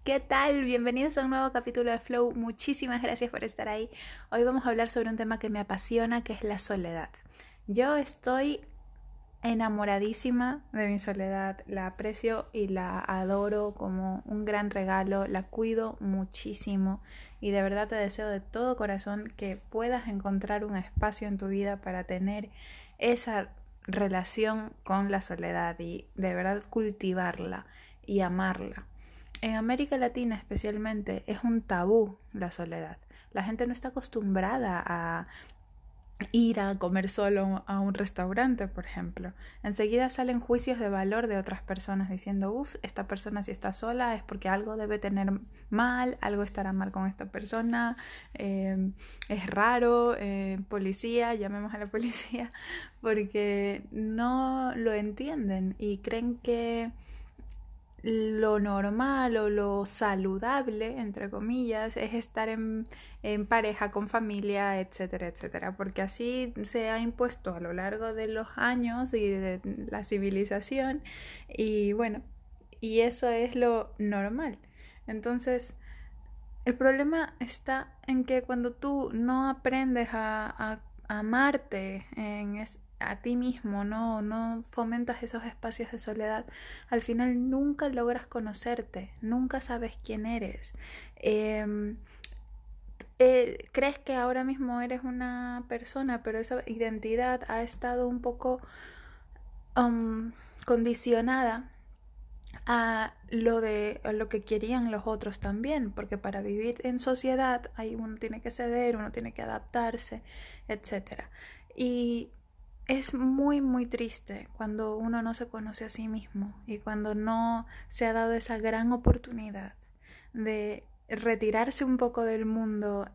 ¿Qué tal? Bienvenidos a un nuevo capítulo de Flow. Muchísimas gracias por estar ahí. Hoy vamos a hablar sobre un tema que me apasiona, que es la soledad. Yo estoy enamoradísima de mi soledad. La aprecio y la adoro como un gran regalo. La cuido muchísimo y de verdad te deseo de todo corazón que puedas encontrar un espacio en tu vida para tener esa relación con la soledad y de verdad cultivarla y amarla. En América Latina especialmente es un tabú la soledad. La gente no está acostumbrada a ir a comer solo a un restaurante, por ejemplo. Enseguida salen juicios de valor de otras personas diciendo, esta persona si está sola es porque algo debe tener mal, algo estará mal con esta persona, es raro, policía, llamemos a la policía, porque no lo entienden y creen que lo normal o lo saludable, entre comillas, es estar en pareja, con familia, etcétera, etcétera, porque así se ha impuesto a lo largo de los años y de la civilización y bueno, y eso es lo normal. Entonces, el problema está en que cuando tú no aprendes a amarte a ti mismo, no fomentas esos espacios de soledad, al final nunca logras conocerte, nunca sabes quién eres. Eh, Crees que ahora mismo eres una persona, pero esa identidad ha estado un poco um, condicionada a lo que querían los otros también, porque para vivir en sociedad ahí uno tiene que ceder, uno tiene que adaptarse, etcétera. Y es muy muy triste cuando uno no se conoce a sí mismo y cuando no se ha dado esa gran oportunidad de retirarse un poco del mundo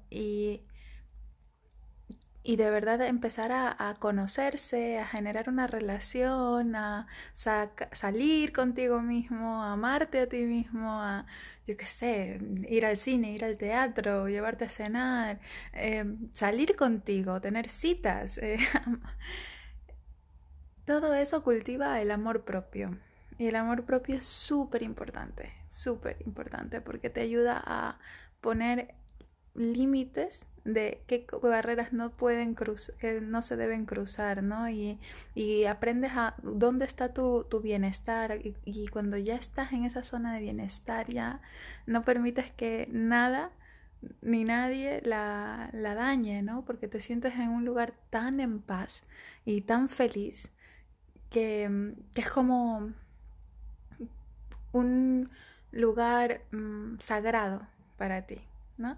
y de verdad empezar a conocerse, a generar una relación, a salir contigo mismo, a amarte a ti mismo, a, yo qué sé, ir al cine, ir al teatro, llevarte a cenar, salir contigo, tener citas. Todo eso cultiva el amor propio. Y el amor propio es súper importante porque te ayuda a poner límites de qué barreras no pueden cruzar, que no se deben cruzar, ¿no? Y aprendes a dónde está tu bienestar y cuando ya estás en esa zona de bienestar ya no permites que nada ni nadie la dañe, ¿no? Porque te sientes en un lugar tan en paz y tan feliz que es como un lugar sagrado para ti, ¿no?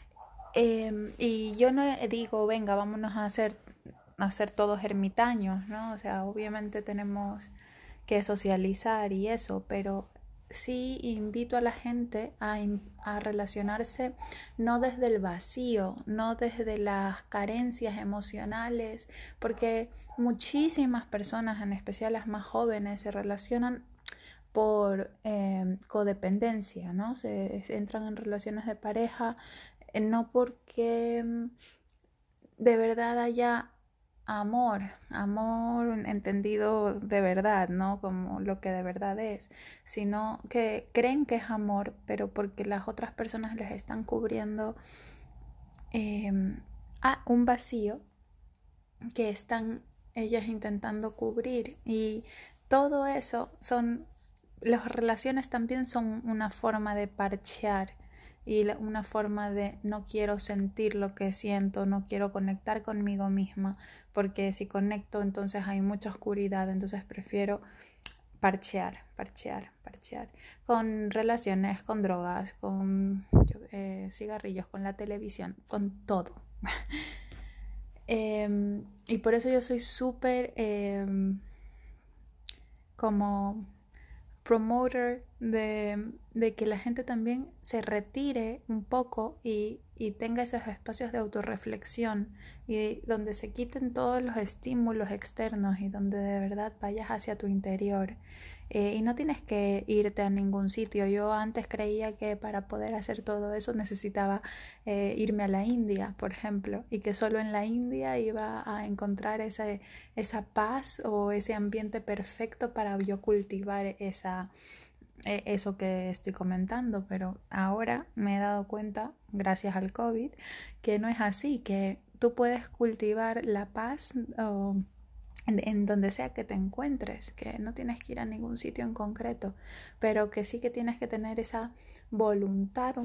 Y yo no digo, venga, vámonos a hacer todos ermitaños, ¿no? O sea, obviamente tenemos que socializar y eso, pero sí invito a la gente a relacionarse no desde el vacío, no desde las carencias emocionales, porque muchísimas personas, en especial las más jóvenes, se relacionan por codependencia, ¿no? Se entran en relaciones de pareja no porque de verdad haya amor entendido de verdad, ¿no? Como lo que de verdad es, sino que creen que es amor, pero porque las otras personas les están cubriendo a un vacío que están ellas intentando cubrir y todo eso son las relaciones también son una forma de parchear y una forma de no quiero sentir lo que siento, no quiero conectar conmigo misma, porque si conecto entonces hay mucha oscuridad, entonces prefiero parchear, con relaciones, con drogas, con cigarrillos, con la televisión, con todo. Y por eso yo soy súper como promoter de que la gente también se retire un poco y tenga esos espacios de autorreflexión y donde se quiten todos los estímulos externos y donde de verdad vayas hacia tu interior. Y no tienes que irte a ningún sitio. Yo antes creía que para poder hacer todo eso necesitaba irme a la India, por ejemplo, y que solo en la India iba a encontrar esa paz o ese ambiente perfecto para yo cultivar eso que estoy comentando, pero ahora me he dado cuenta, gracias al COVID, que no es así, que tú puedes cultivar la paz o en donde sea que te encuentres, que no tienes que ir a ningún sitio en concreto, pero que sí que tienes que tener esa voluntad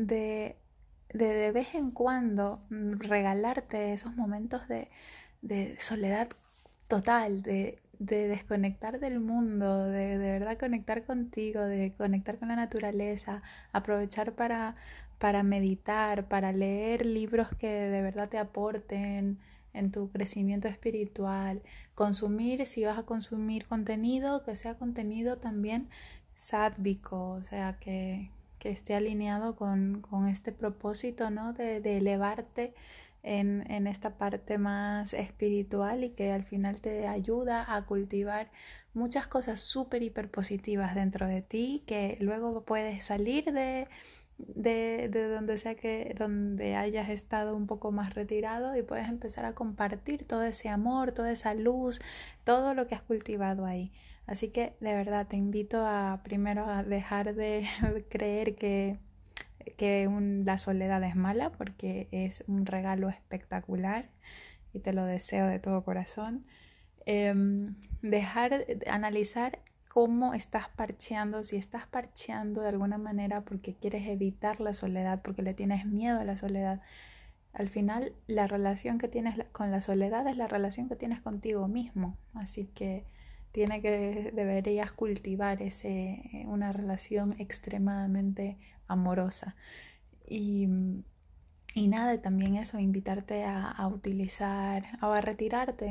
de vez en cuando regalarte esos momentos de soledad total, de desconectar del mundo, de verdad conectar contigo, de conectar con la naturaleza, aprovechar para meditar, para leer libros que de verdad te aporten en tu crecimiento espiritual, consumir, si vas a consumir contenido, que sea contenido también sádvico, o sea, que esté alineado con este propósito, ¿no? De elevarte en esta parte más espiritual y que al final te ayuda a cultivar muchas cosas súper hiper positivas dentro de ti que luego puedes salir de donde sea que donde hayas estado un poco más retirado y puedes empezar a compartir todo ese amor, toda esa luz, todo lo que has cultivado ahí. Así que de verdad te invito a primero a dejar de creer que la soledad es mala porque es un regalo espectacular y te lo deseo de todo corazón. Dejar de analizar cómo estás parcheando, si estás parcheando de alguna manera porque quieres evitar la soledad, porque le tienes miedo a la soledad. Al final, la relación que tienes con la soledad es la relación que tienes contigo mismo. Así que deberías cultivar una relación extremadamente amorosa. Y, y nada, también eso, invitarte a utilizar o a retirarte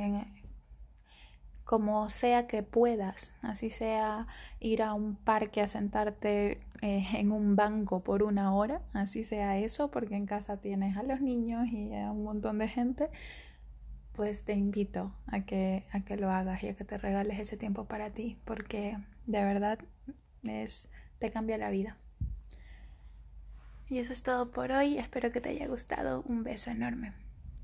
como sea que puedas, así sea ir a un parque a sentarte en un banco por una hora, así sea eso, porque en casa tienes a los niños y a un montón de gente, pues te invito a que lo hagas y a que te regales ese tiempo para ti, porque de verdad te cambia la vida. Y eso es todo por hoy, espero que te haya gustado, un beso enorme.